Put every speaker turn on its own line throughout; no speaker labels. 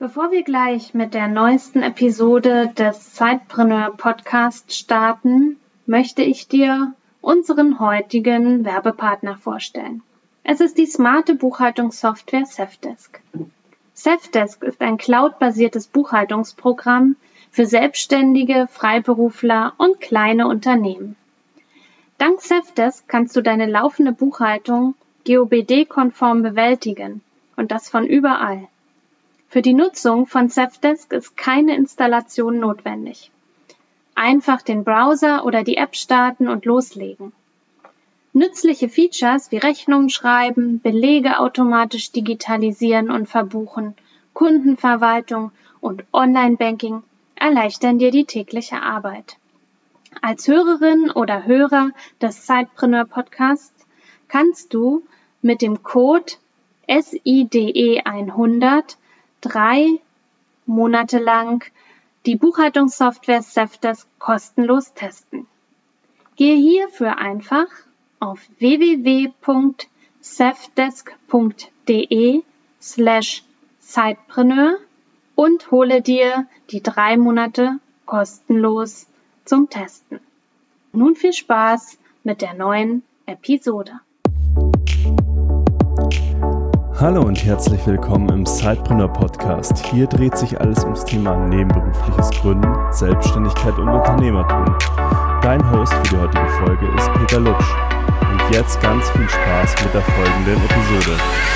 Bevor wir gleich mit der neuesten Episode des Sidepreneur Podcasts starten, möchte ich dir unseren heutigen Werbepartner vorstellen. Es ist die smarte Buchhaltungssoftware Safdesk. Safdesk ist ein cloudbasiertes Buchhaltungsprogramm für Selbstständige, Freiberufler und kleine Unternehmen. Dank Safdesk kannst du deine laufende Buchhaltung GOBD-konform bewältigen und das von überall. Für die Nutzung von Safdesk ist keine Installation notwendig. Einfach den Browser oder die App starten und loslegen. Nützliche Features wie Rechnungen schreiben, Belege automatisch digitalisieren und verbuchen, Kundenverwaltung und Online-Banking erleichtern dir die tägliche Arbeit. Als Hörerin oder Hörer des Sidepreneur Podcasts kannst du mit dem Code SIDE100 3 Monate lang die Buchhaltungssoftware Safdesk kostenlos testen. Gehe hierfür einfach auf www.safdesk.de/Sidepreneur und hole dir die 3 Monate kostenlos zum Testen. Nun viel Spaß mit der neuen Episode.
Hallo und herzlich willkommen im Sidepreneur Podcast. Hier dreht sich alles ums Thema nebenberufliches Gründen, Selbstständigkeit und Unternehmertum. Dein Host für die heutige Folge ist Peter Lutsch. Und jetzt ganz viel Spaß mit der folgenden Episode.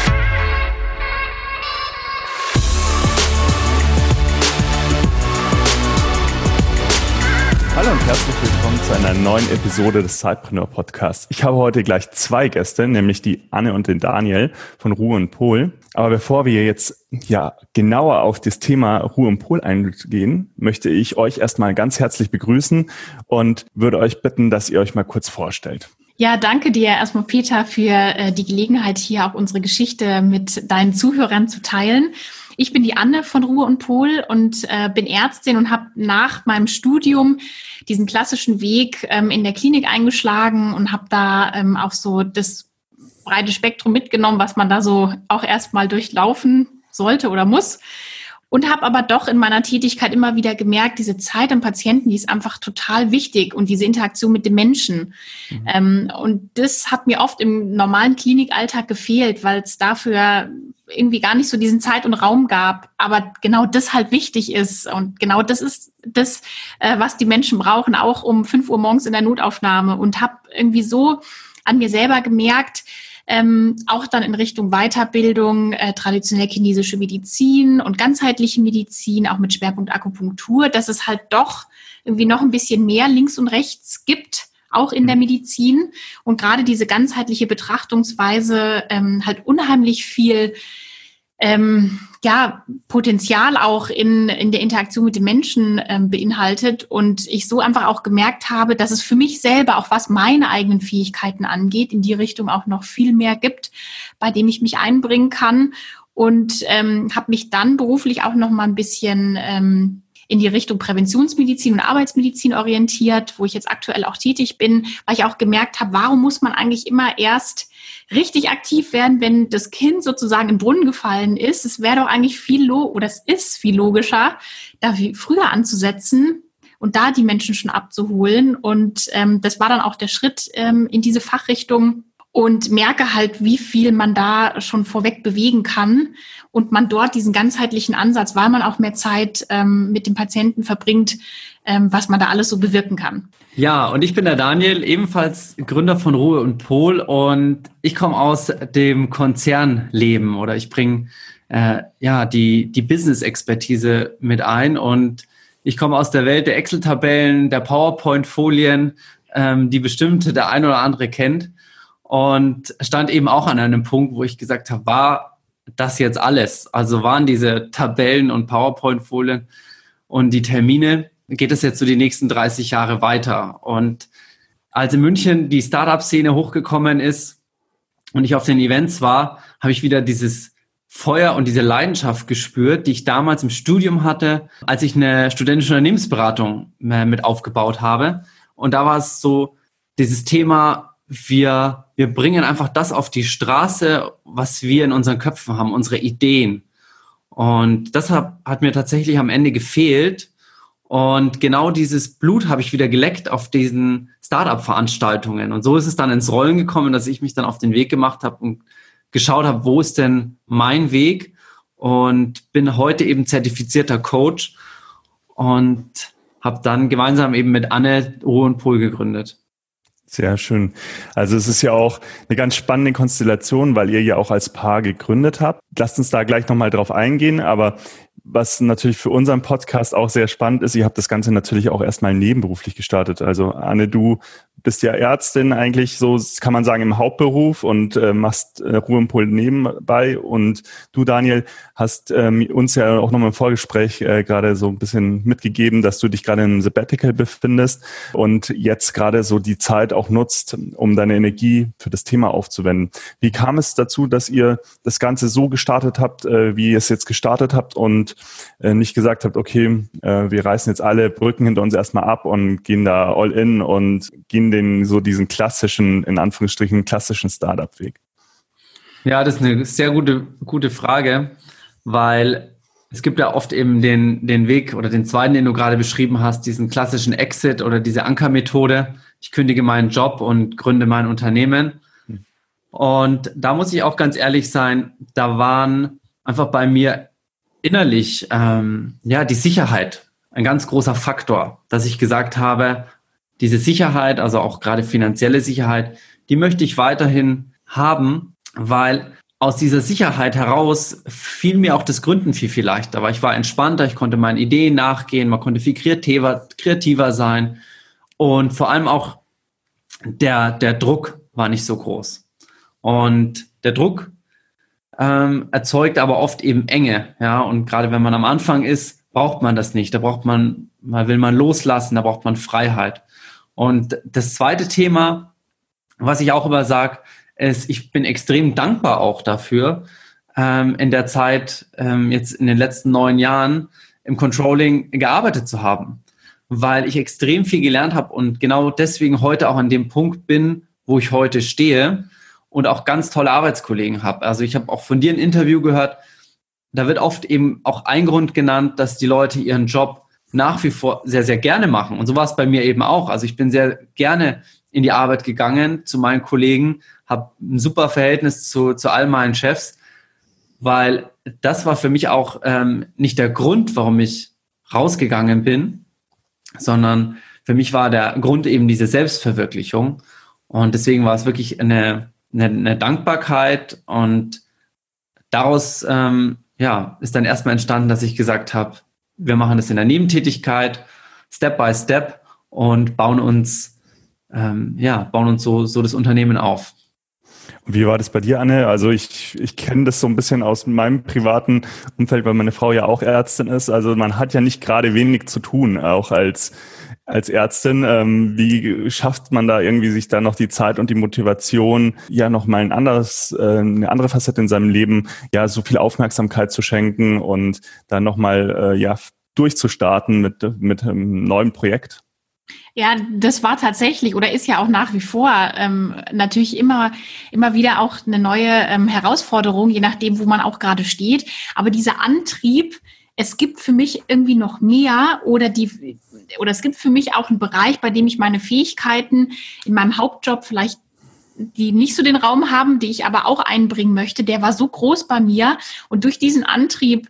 Hallo und herzlich willkommen zu einer neuen Episode des Sidepreneur Podcasts. Ich habe heute gleich 2 Gäste, nämlich die Anne und den Daniel von Ruhe & Pol. Aber bevor wir jetzt genauer auf das Thema Ruhe & Pol eingehen, möchte ich euch erstmal ganz herzlich begrüßen und würde euch bitten, dass ihr euch mal kurz vorstellt.
Ja, danke dir erstmal, Peter, für die Gelegenheit, hier auch unsere Geschichte mit deinen Zuhörern zu teilen. Ich bin die Anne von Ruhe & Pol und bin Ärztin und habe nach meinem Studium diesen klassischen Weg in der Klinik eingeschlagen und habe da auch so das breite Spektrum mitgenommen, was man da so auch erstmal durchlaufen sollte oder muss. Und habe aber doch in meiner Tätigkeit immer wieder gemerkt, diese Zeit am Patienten, die ist einfach total wichtig und diese Interaktion mit dem Menschen. Und das hat mir oft im normalen Klinikalltag gefehlt, weil es dafür irgendwie gar nicht so diesen Zeit und Raum gab. Aber genau das halt wichtig ist. Und genau das ist das, was die Menschen brauchen, auch um 5 Uhr morgens in der Notaufnahme. Und habe irgendwie so an mir selber gemerkt, auch dann in Richtung Weiterbildung, traditionell chinesische Medizin und ganzheitliche Medizin, auch mit Schwerpunkt Akupunktur, dass es halt doch irgendwie noch ein bisschen mehr links und rechts gibt, auch in der Medizin. Und gerade diese ganzheitliche Betrachtungsweise halt unheimlich viel Potenzial auch in der Interaktion mit den Menschen beinhaltet und ich so einfach auch gemerkt habe, dass es für mich selber, auch was meine eigenen Fähigkeiten angeht, in die Richtung auch noch viel mehr gibt, bei dem ich mich einbringen kann und habe mich dann beruflich auch noch mal ein bisschen in die Richtung Präventionsmedizin und Arbeitsmedizin orientiert, wo ich jetzt aktuell auch tätig bin, weil ich auch gemerkt habe, warum muss man eigentlich immer erst richtig aktiv werden, wenn das Kind sozusagen in den Brunnen gefallen ist. Es wäre doch eigentlich es ist viel logischer, da früher anzusetzen und da die Menschen schon abzuholen. Und das war dann auch der Schritt in diese Fachrichtung und merke halt, wie viel man da schon vorweg bewegen kann und man dort diesen ganzheitlichen Ansatz, weil man auch mehr Zeit mit dem Patienten verbringt, was man da alles so bewirken kann.
Ja, und ich bin der Daniel, ebenfalls Gründer von Ruhe & Pol und ich komme aus dem Konzernleben oder ich bringe die Business-Expertise mit ein und ich komme aus der Welt der Excel-Tabellen, der PowerPoint-Folien, die bestimmt der ein oder andere kennt und stand eben auch an einem Punkt, wo ich gesagt habe, war das jetzt alles? Also waren diese Tabellen und PowerPoint-Folien und die Termine, geht es jetzt so die nächsten 30 Jahre weiter. Und als in München die Startup-Szene hochgekommen ist und ich auf den Events war, habe ich wieder dieses Feuer und diese Leidenschaft gespürt, die ich damals im Studium hatte, als ich eine studentische Unternehmensberatung mit aufgebaut habe. Und da war es so dieses Thema, wir bringen einfach das auf die Straße, was wir in unseren Köpfen haben, unsere Ideen. Und das hat mir tatsächlich am Ende gefehlt. Und genau dieses Blut habe ich wieder geleckt auf diesen Startup-Veranstaltungen. Und so ist es dann ins Rollen gekommen, dass ich mich dann auf den Weg gemacht habe und geschaut habe, wo ist denn mein Weg? Und bin heute eben zertifizierter Coach und habe dann gemeinsam eben mit Anne Ruhe & Pol gegründet.
Sehr schön. Also es ist ja auch eine ganz spannende Konstellation, weil ihr ja auch als Paar gegründet habt. Lasst uns da gleich nochmal drauf eingehen, aber was natürlich für unseren Podcast auch sehr spannend ist, ihr habt das Ganze natürlich auch erstmal nebenberuflich gestartet. Also Anne, du bist ja Ärztin eigentlich, so kann man sagen, im Hauptberuf und machst Ruhe & Pol nebenbei. Und du, Daniel, hast uns ja auch nochmal im Vorgespräch gerade so ein bisschen mitgegeben, dass du dich gerade im Sabbatical befindest und jetzt gerade so die Zeit auch nutzt, um deine Energie für das Thema aufzuwenden. Wie kam es dazu, dass ihr das Ganze so gestartet habt, wie ihr es jetzt gestartet habt und nicht gesagt habt, okay, wir reißen jetzt alle Brücken hinter uns erstmal ab und gehen da all in und gehen diesen klassischen, in Anführungsstrichen, klassischen Startup-Weg?
Ja, das ist eine sehr gute Frage, weil es gibt ja oft eben den Weg oder den zweiten, den du gerade beschrieben hast, diesen klassischen Exit oder diese Ankermethode. Ich kündige meinen Job und gründe mein Unternehmen. Und da muss ich auch ganz ehrlich sein, da waren einfach bei mir innerlich die Sicherheit ein ganz großer Faktor, dass ich gesagt habe, diese Sicherheit, also auch gerade finanzielle Sicherheit, die möchte ich weiterhin haben, weil aus dieser Sicherheit heraus fiel mir auch das Gründen viel leichter, weil ich war entspannter, ich konnte meinen Ideen nachgehen, man konnte viel kreativer sein und vor allem auch der Druck war nicht so groß. Und der Druck erzeugt aber oft eben Enge, ja, und gerade wenn man am Anfang ist, braucht man das nicht, da will man loslassen, da braucht man Freiheit. Und das zweite Thema, was ich auch immer sage, ist, ich bin extrem dankbar auch dafür, in der Zeit, jetzt in den letzten 9 Jahren im Controlling gearbeitet zu haben, weil ich extrem viel gelernt habe und genau deswegen heute auch an dem Punkt bin, wo ich heute stehe und auch ganz tolle Arbeitskollegen habe. Also ich habe auch von dir ein Interview gehört, da wird oft eben auch ein Grund genannt, dass die Leute ihren Job nach wie vor sehr, sehr gerne machen. Und so war es bei mir eben auch. Also ich bin sehr gerne in die Arbeit gegangen zu meinen Kollegen, habe ein super Verhältnis zu all meinen Chefs, weil das war für mich auch nicht der Grund, warum ich rausgegangen bin, sondern für mich war der Grund eben diese Selbstverwirklichung. Und deswegen war es wirklich eine Dankbarkeit und daraus ist dann erstmal entstanden, dass ich gesagt habe, wir machen das in der Nebentätigkeit, Step by Step und bauen uns so das Unternehmen auf.
Und wie war das bei dir, Anne? Also ich kenne das so ein bisschen aus meinem privaten Umfeld, weil meine Frau ja auch Ärztin ist. Also man hat ja nicht gerade wenig zu tun, auch als Ärztin. Wie schafft man da irgendwie sich da noch die Zeit und die Motivation, ja nochmal eine andere Facette in seinem Leben, ja so viel Aufmerksamkeit zu schenken und dann nochmal durchzustarten mit einem neuen Projekt?
Ja, das war tatsächlich oder ist ja auch nach wie vor natürlich immer wieder auch eine neue Herausforderung, je nachdem, wo man auch gerade steht. Aber dieser Antrieb, es gibt für mich irgendwie noch mehr oder es gibt für mich auch einen Bereich, bei dem ich meine Fähigkeiten in meinem Hauptjob vielleicht, die nicht so den Raum haben, die ich aber auch einbringen möchte, der war so groß bei mir und durch diesen Antrieb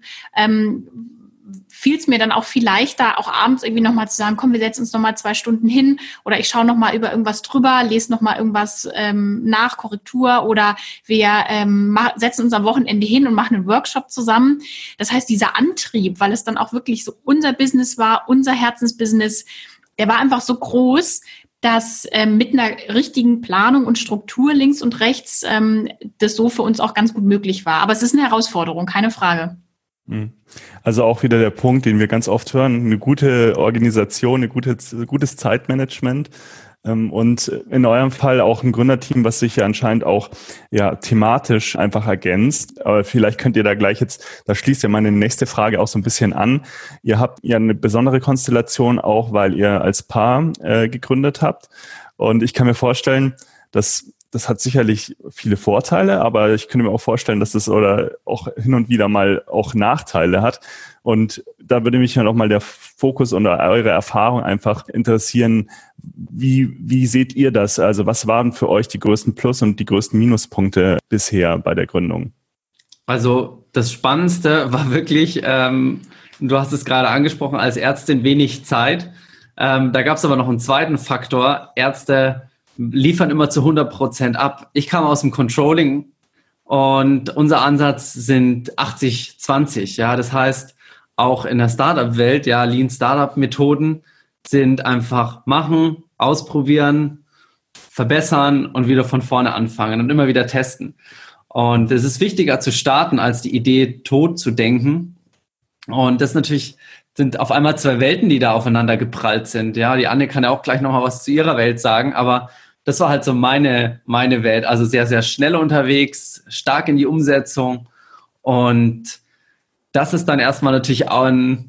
fiel es mir dann auch viel leichter, auch abends irgendwie nochmal zu sagen, komm, wir setzen uns nochmal 2 Stunden hin oder ich schaue nochmal über irgendwas drüber, lese nochmal irgendwas nach, Korrektur oder wir setzen uns am Wochenende hin und machen einen Workshop zusammen. Das heißt, dieser Antrieb, weil es dann auch wirklich so unser Business war, unser Herzensbusiness, der war einfach so groß, dass mit einer richtigen Planung und Struktur links und rechts das so für uns auch ganz gut möglich war. Aber es ist eine Herausforderung, keine Frage.
Also auch wieder der Punkt, den wir ganz oft hören, eine gute Organisation, gutes Zeitmanagement und in eurem Fall auch ein Gründerteam, was sich ja anscheinend auch thematisch einfach ergänzt. Aber vielleicht könnt ihr da gleich jetzt, da schließt ja meine nächste Frage auch so ein bisschen an. Ihr habt ja eine besondere Konstellation auch, weil ihr als Paar gegründet habt und ich kann mir vorstellen, dass das hat sicherlich viele Vorteile, aber ich könnte mir auch vorstellen, dass das oder auch hin und wieder mal auch Nachteile hat. Und da würde mich ja noch mal der Fokus oder eure Erfahrung einfach interessieren. Wie seht ihr das? Also was waren für euch die größten Plus- und die größten Minuspunkte bisher bei der Gründung?
Also das Spannendste war wirklich, du hast es gerade angesprochen, als Ärztin wenig Zeit. Da gab es aber noch einen zweiten Faktor. Ärzte liefern immer zu 100% ab. Ich kam aus dem Controlling und unser Ansatz sind 80-20. Ja, das heißt, auch in der Startup-Welt, ja, Lean Startup-Methoden sind einfach machen, ausprobieren, verbessern und wieder von vorne anfangen und immer wieder testen. Und es ist wichtiger zu starten, als die Idee tot zu denken. Und das natürlich sind auf einmal zwei Welten, die da aufeinander geprallt sind. Ja, die Anne kann ja auch gleich nochmal was zu ihrer Welt sagen, aber das war halt so meine Welt. Also sehr, sehr schnell unterwegs, stark in die Umsetzung. Und das ist dann erstmal natürlich auch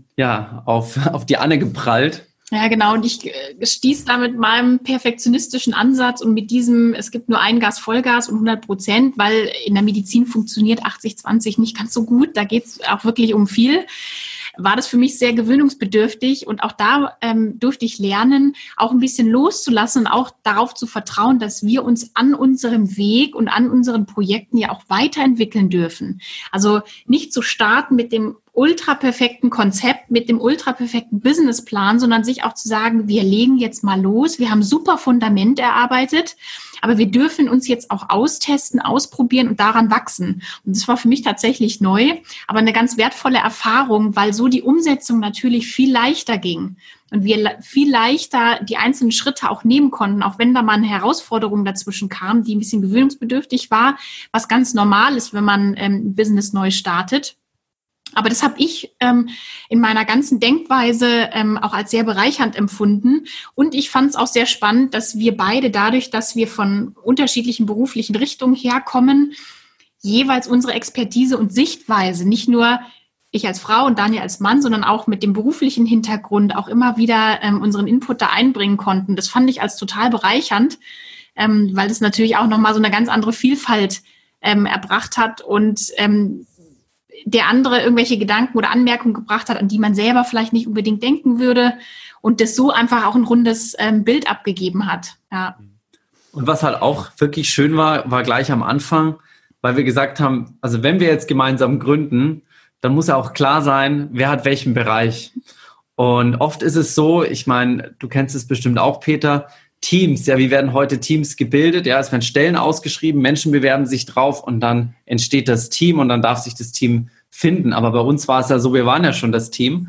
auf die Anne geprallt.
Ja, genau. Und ich stieß da mit meinem perfektionistischen Ansatz und mit diesem, es gibt nur ein Gas, Vollgas und 100%, weil in der Medizin funktioniert 80-20 nicht ganz so gut. Da geht es auch wirklich um viel. War das für mich sehr gewöhnungsbedürftig und auch da durfte ich lernen, auch ein bisschen loszulassen und auch darauf zu vertrauen, dass wir uns an unserem Weg und an unseren Projekten ja auch weiterentwickeln dürfen. Also nicht zu starten mit dem ultraperfekten Konzept, mit dem ultraperfekten Businessplan, sondern sich auch zu sagen, wir legen jetzt mal los, wir haben super Fundament erarbeitet, aber wir dürfen uns jetzt auch austesten, ausprobieren und daran wachsen. Und das war für mich tatsächlich neu, aber eine ganz wertvolle Erfahrung, weil so die Umsetzung natürlich viel leichter ging und wir viel leichter die einzelnen Schritte auch nehmen konnten, auch wenn da mal eine Herausforderung dazwischen kam, die ein bisschen gewöhnungsbedürftig war, was ganz normal ist, wenn man ein Business neu startet. Aber das habe ich in meiner ganzen Denkweise auch als sehr bereichernd empfunden. Und ich fand es auch sehr spannend, dass wir beide dadurch, dass wir von unterschiedlichen beruflichen Richtungen herkommen, jeweils unsere Expertise und Sichtweise, nicht nur ich als Frau und Daniel als Mann, sondern auch mit dem beruflichen Hintergrund auch immer wieder unseren Input da einbringen konnten. Das fand ich als total bereichernd, weil das natürlich auch nochmal so eine ganz andere Vielfalt erbracht hat und der andere irgendwelche Gedanken oder Anmerkungen gebracht hat, an die man selber vielleicht nicht unbedingt denken würde und das so einfach auch ein rundes Bild abgegeben hat. Ja.
Und was halt auch wirklich schön war gleich am Anfang, weil wir gesagt haben, also wenn wir jetzt gemeinsam gründen, dann muss ja auch klar sein, wer hat welchen Bereich. Und oft ist es so, ich meine, du kennst es bestimmt auch, Peter, Teams, ja, wie werden heute Teams gebildet? Ja, es werden Stellen ausgeschrieben, Menschen bewerben sich drauf und dann entsteht das Team und dann darf sich das Team finden. Aber bei uns war es ja so, wir waren ja schon das Team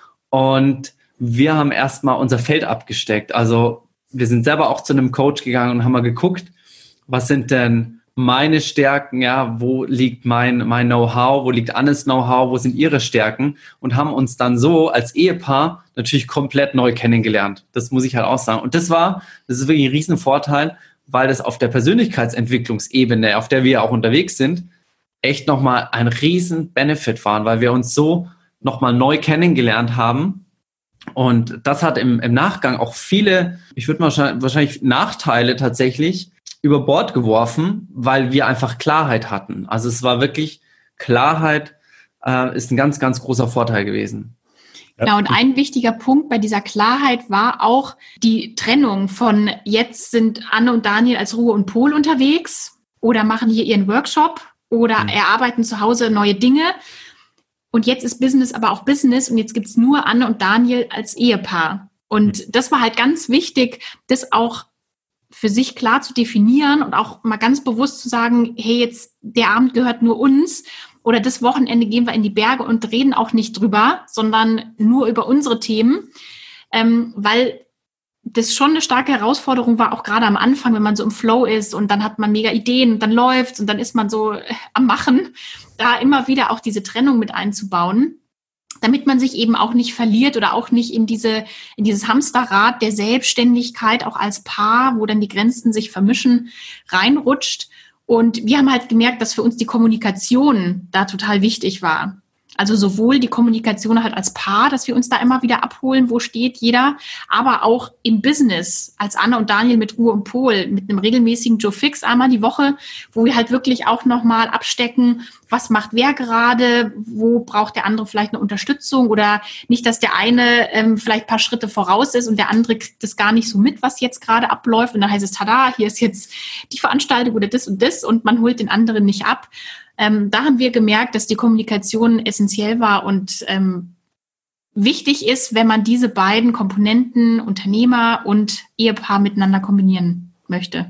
und wir haben erstmal unser Feld abgesteckt. Also wir sind selber auch zu einem Coach gegangen und haben mal geguckt, was sind denn meine Stärken, ja, wo liegt mein Know-how, wo liegt Annes Know-how, wo sind ihre Stärken und haben uns dann so als Ehepaar natürlich komplett neu kennengelernt. Das muss ich halt auch sagen. Und das ist wirklich ein Riesenvorteil, weil das auf der Persönlichkeitsentwicklungsebene, auf der wir auch unterwegs sind, echt nochmal ein riesen Benefit waren, weil wir uns so nochmal neu kennengelernt haben. Und das hat im Nachgang auch viele, ich würde mal wahrscheinlich Nachteile tatsächlich über Bord geworfen, weil wir einfach Klarheit hatten. Also es war wirklich Klarheit, ist ein ganz, ganz großer Vorteil gewesen.
Genau, und ein wichtiger Punkt bei dieser Klarheit war auch die Trennung von jetzt sind Anne und Daniel als Ruhe und Pol unterwegs oder machen hier ihren Workshop oder erarbeiten zu Hause neue Dinge. Und jetzt ist Business aber auch Business und jetzt gibt's nur Anne und Daniel als Ehepaar. Und das war halt ganz wichtig, das auch für sich klar zu definieren und auch mal ganz bewusst zu sagen, hey, jetzt der Abend gehört nur uns oder das Wochenende gehen wir in die Berge und reden auch nicht drüber, sondern nur über unsere Themen, weil das schon eine starke Herausforderung war, auch gerade am Anfang, wenn man so im Flow ist und dann hat man mega Ideen und dann läuft's und dann ist man so am Machen, da immer wieder auch diese Trennung mit einzubauen, damit man sich eben auch nicht verliert oder auch nicht in dieses Hamsterrad der Selbstständigkeit auch als Paar, wo dann die Grenzen sich vermischen, reinrutscht. Und wir haben halt gemerkt, dass für uns die Kommunikation da total wichtig war. Also sowohl die Kommunikation halt als Paar, dass wir uns da immer wieder abholen, wo steht jeder, aber auch im Business, als Anne und Daniel mit Ruhe und Pol, mit einem regelmäßigen Joe Fix einmal die Woche, wo wir halt wirklich auch nochmal abstecken, was macht wer gerade, wo braucht der andere vielleicht eine Unterstützung oder nicht, dass der eine vielleicht ein paar Schritte voraus ist und der andere kriegt das gar nicht so mit, was jetzt gerade abläuft und dann heißt es, tada, hier ist jetzt die Veranstaltung oder das und man holt den anderen nicht ab. Da haben wir gemerkt, dass die Kommunikation essentiell war und wichtig ist, wenn man diese beiden Komponenten, Unternehmer und Ehepaar, miteinander kombinieren möchte.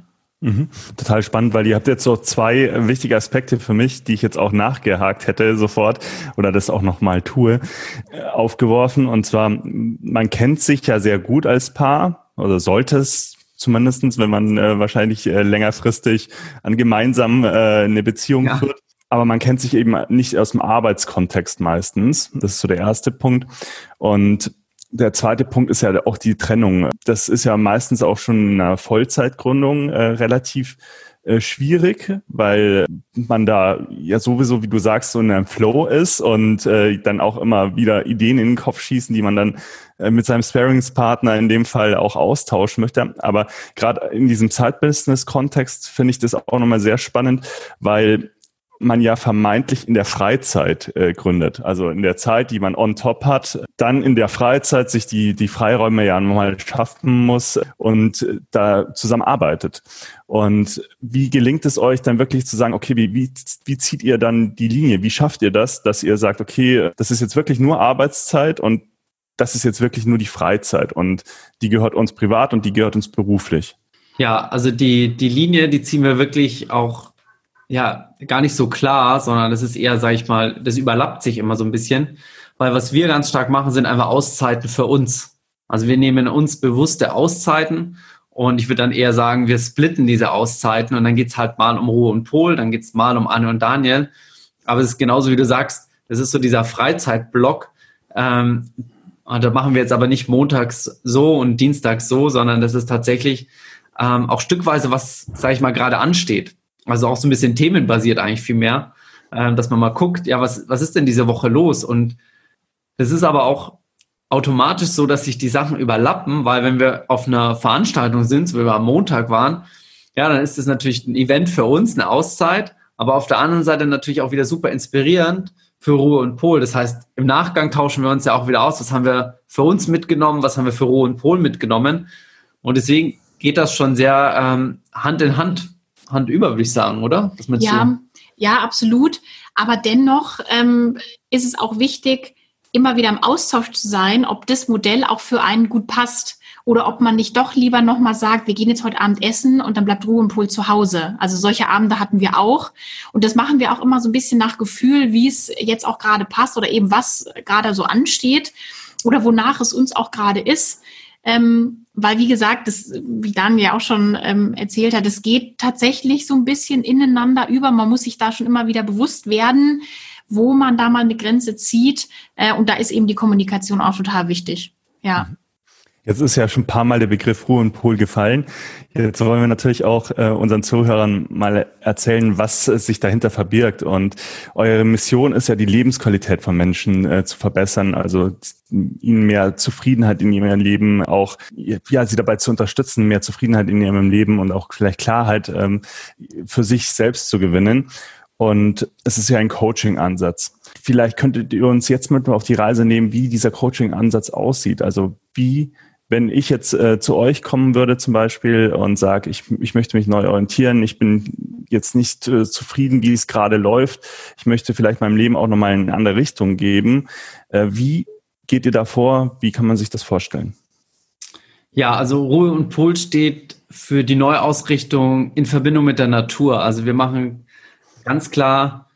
Total spannend, weil ihr habt jetzt so zwei wichtige Aspekte für mich, die ich jetzt auch nachgehakt hätte sofort oder das auch nochmal tue, aufgeworfen. Und zwar, man kennt sich ja sehr gut als Paar oder sollte es zumindestens, wenn man wahrscheinlich längerfristig an gemeinsam eine Beziehung führt. Aber man kennt sich eben nicht aus dem Arbeitskontext meistens. Das ist so der erste Punkt. Und der zweite Punkt ist ja auch die Trennung. Das ist ja meistens auch schon in einer Vollzeitgründung relativ schwierig, weil man da ja sowieso, wie du sagst, so in einem Flow ist und dann auch immer wieder Ideen in den Kopf schießen, die man dann mit seinem Sparringspartner in dem Fall auch austauschen möchte. Aber gerade in diesem Side-Business-Kontext finde ich das auch nochmal sehr spannend, weil man ja vermeintlich in der Freizeit gründet. Also in der Zeit, die man on top hat, dann in der Freizeit sich die Freiräume ja nochmal schaffen muss und da zusammenarbeitet. Und wie gelingt es euch dann wirklich zu sagen, okay, wie zieht ihr dann die Linie? Wie schafft ihr das, dass ihr sagt, okay, das ist jetzt wirklich nur Arbeitszeit und das ist jetzt wirklich nur die Freizeit und die gehört uns privat und die gehört uns beruflich?
Ja, also die Linie, die ziehen wir wirklich auch gar nicht so klar, sondern das ist eher, sage ich mal, das überlappt sich immer so ein bisschen, weil was wir ganz stark machen, sind einfach Auszeiten für uns. Also wir nehmen uns bewusste Auszeiten und ich würde dann eher sagen, wir splitten diese Auszeiten und dann geht's halt mal um Ruhe und Pol, dann geht's mal um Anne und Daniel, aber es ist genauso, wie du sagst, das ist so dieser Freizeitblock, und da machen wir jetzt aber nicht montags so und dienstags so, sondern das ist tatsächlich auch stückweise, was, sage ich mal, gerade ansteht. Also auch so ein bisschen themenbasiert eigentlich viel mehr, dass man mal guckt, ja, was ist denn diese Woche los? Und es ist aber auch automatisch so, dass sich die Sachen überlappen, weil wenn wir auf einer Veranstaltung sind, so wie wir am Montag waren, ja, dann ist das natürlich ein Event für uns, eine Auszeit, aber auf der anderen Seite natürlich auch wieder super inspirierend für Ruhe und Pol. Das heißt, im Nachgang tauschen wir uns ja auch wieder aus, was haben wir für uns mitgenommen, was haben wir für Ruhe und Pol mitgenommen. Und deswegen geht das schon sehr Hand in Hand, Hand über, würde ich sagen, oder?
Ja, absolut. Aber dennoch ist es auch wichtig, immer wieder im Austausch zu sein, ob das Modell auch für einen gut passt oder ob man nicht doch lieber nochmal sagt, wir gehen jetzt heute Abend essen und dann bleibt Ruhe und Pol zu Hause. Also solche Abende hatten wir auch. Und das machen wir auch immer so ein bisschen nach Gefühl, wie es jetzt auch gerade passt oder eben was gerade so ansteht oder wonach es uns auch gerade ist. Weil, wie gesagt, das, wie Daniel ja auch schon erzählt hat, es geht tatsächlich so ein bisschen ineinander über. Man muss sich da schon immer wieder bewusst werden, wo man da mal eine Grenze zieht. Und da ist eben die Kommunikation auch total wichtig. Ja.
Jetzt ist ja schon ein paar Mal der Begriff Ruhe und Pol gefallen. Jetzt wollen wir natürlich auch unseren Zuhörern mal erzählen, was sich dahinter verbirgt. Und eure Mission ist ja, die Lebensqualität von Menschen zu verbessern, also ihnen mehr Zufriedenheit in ihrem Leben, auch sie dabei zu unterstützen, mehr Zufriedenheit in ihrem Leben und auch vielleicht Klarheit für sich selbst zu gewinnen. Und es ist ja ein Coaching-Ansatz. Vielleicht könntet ihr uns jetzt mit auf die Reise nehmen, wie dieser Coaching-Ansatz aussieht. Also wenn ich jetzt zu euch kommen würde zum Beispiel und sage, ich möchte mich neu orientieren, ich bin jetzt nicht zufrieden, wie es gerade läuft, ich möchte vielleicht meinem Leben auch nochmal in eine andere Richtung geben. Wie geht ihr da vor? Wie kann man sich das vorstellen?
Ja, also Ruhe und Pol steht für die Neuausrichtung in Verbindung mit der Natur. Also wir machen ganz klar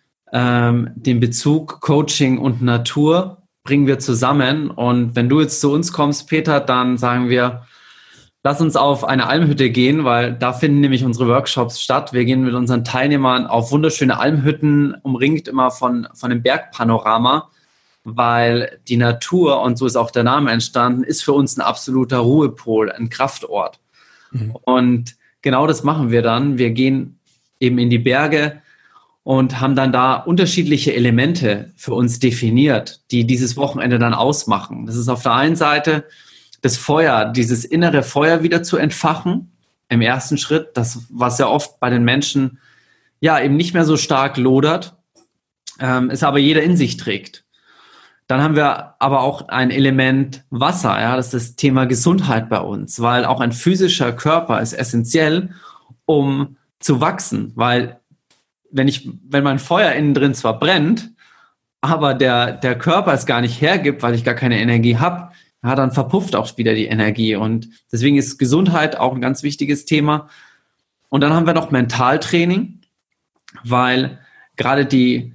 den Bezug Coaching und Natur bringen wir zusammen. Und wenn du jetzt zu uns kommst, Peter, dann sagen wir, lass uns auf eine Almhütte gehen, weil da finden nämlich unsere Workshops statt. Wir gehen mit unseren Teilnehmern auf wunderschöne Almhütten, umringt immer von einem Bergpanorama, weil die Natur, und so ist auch der Name entstanden, ist für uns ein absoluter Ruhepol, ein Kraftort. Und genau das machen wir dann. Wir gehen eben in die Berge und haben dann da unterschiedliche Elemente für uns definiert, die dieses Wochenende dann ausmachen. Das ist auf der einen Seite das Feuer, dieses innere Feuer wieder zu entfachen im ersten Schritt, das, was ja oft bei den Menschen ja eben nicht mehr so stark lodert, es aber jeder in sich trägt. Dann haben wir aber auch ein Element Wasser, ja, das ist das Thema Gesundheit bei uns, weil auch ein physischer Körper ist essentiell, um zu wachsen, weil wenn mein Feuer innen drin zwar brennt, aber der Körper es gar nicht hergibt, weil ich gar keine Energie habe, ja, dann verpufft auch wieder die Energie. Und deswegen ist Gesundheit auch ein ganz wichtiges Thema. Und dann haben wir noch Mentaltraining, weil gerade die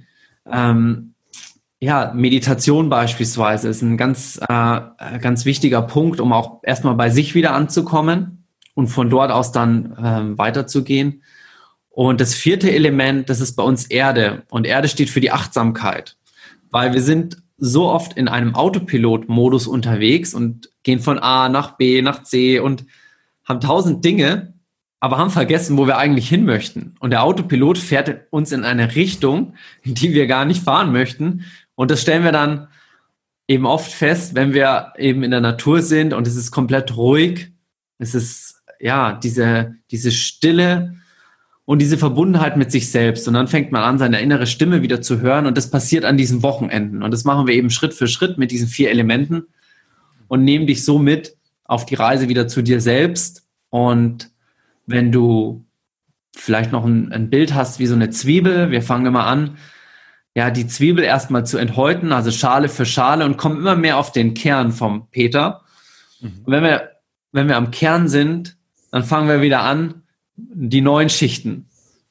Meditation beispielsweise ist ein ganz wichtiger Punkt, um auch erstmal bei sich wieder anzukommen und von dort aus dann weiterzugehen. Und das vierte Element, das ist bei uns Erde. Und Erde steht für die Achtsamkeit, weil wir sind so oft in einem Autopilot-Modus unterwegs und gehen von A nach B nach C und haben 1000 Dinge, aber haben vergessen, wo wir eigentlich hin möchten. Und der Autopilot fährt uns in eine Richtung, in die wir gar nicht fahren möchten. Und das stellen wir dann eben oft fest, wenn wir eben in der Natur sind und es ist komplett ruhig. Es ist ja diese Stille und diese Verbundenheit mit sich selbst. Und dann fängt man an, seine innere Stimme wieder zu hören. Und das passiert an diesen Wochenenden. Und das machen wir eben Schritt für Schritt mit diesen 4 Elementen und nehmen dich so mit auf die Reise wieder zu dir selbst. Und wenn du vielleicht noch ein Bild hast wie so eine Zwiebel, wir fangen immer an, ja, die Zwiebel erstmal zu enthäuten, also Schale für Schale, und kommen immer mehr auf den Kern vom Peter. Und wenn wir am Kern sind, dann fangen wir wieder an, die neuen Schichten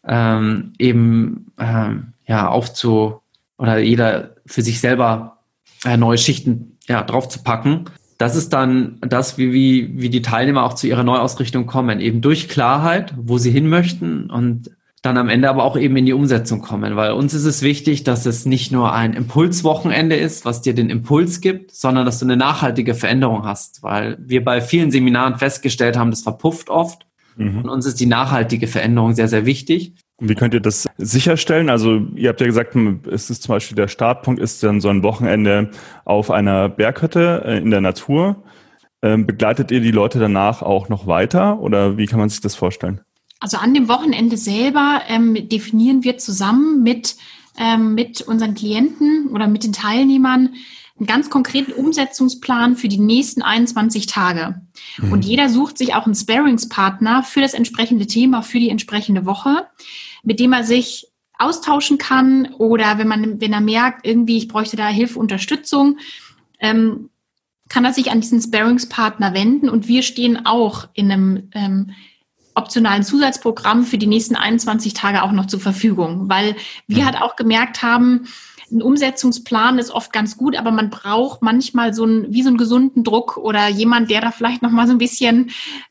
oder jeder für sich selber neue Schichten drauf zu packen. Das ist dann das, wie die Teilnehmer auch zu ihrer Neuausrichtung kommen, eben durch Klarheit, wo sie hin möchten und dann am Ende aber auch eben in die Umsetzung kommen, weil uns ist es wichtig, dass es nicht nur ein Impulswochenende ist, was dir den Impuls gibt, sondern dass du eine nachhaltige Veränderung hast, weil wir bei vielen Seminaren festgestellt haben, das verpufft oft. Und uns ist die nachhaltige Veränderung sehr, sehr wichtig.
Und wie könnt ihr das sicherstellen? Also ihr habt ja gesagt, es ist zum Beispiel der Startpunkt ist dann so ein Wochenende auf einer Berghütte in der Natur. Begleitet ihr die Leute danach auch noch weiter oder wie kann man sich das vorstellen?
Also an dem Wochenende selber definieren wir zusammen mit unseren Klienten oder mit den Teilnehmern einen ganz konkreten Umsetzungsplan für die nächsten 21 Tage. Und jeder sucht sich auch einen Sparringspartner für das entsprechende Thema, für die entsprechende Woche, mit dem er sich austauschen kann oder wenn er merkt, irgendwie ich bräuchte da Hilfe, Unterstützung, kann er sich an diesen Sparringspartner wenden. Und wir stehen auch in einem optionalen Zusatzprogramm für die nächsten 21 Tage auch noch zur Verfügung, weil wir halt auch gemerkt haben, ein Umsetzungsplan ist oft ganz gut, aber man braucht manchmal so einen gesunden Druck oder jemand, der da vielleicht noch mal so ein bisschen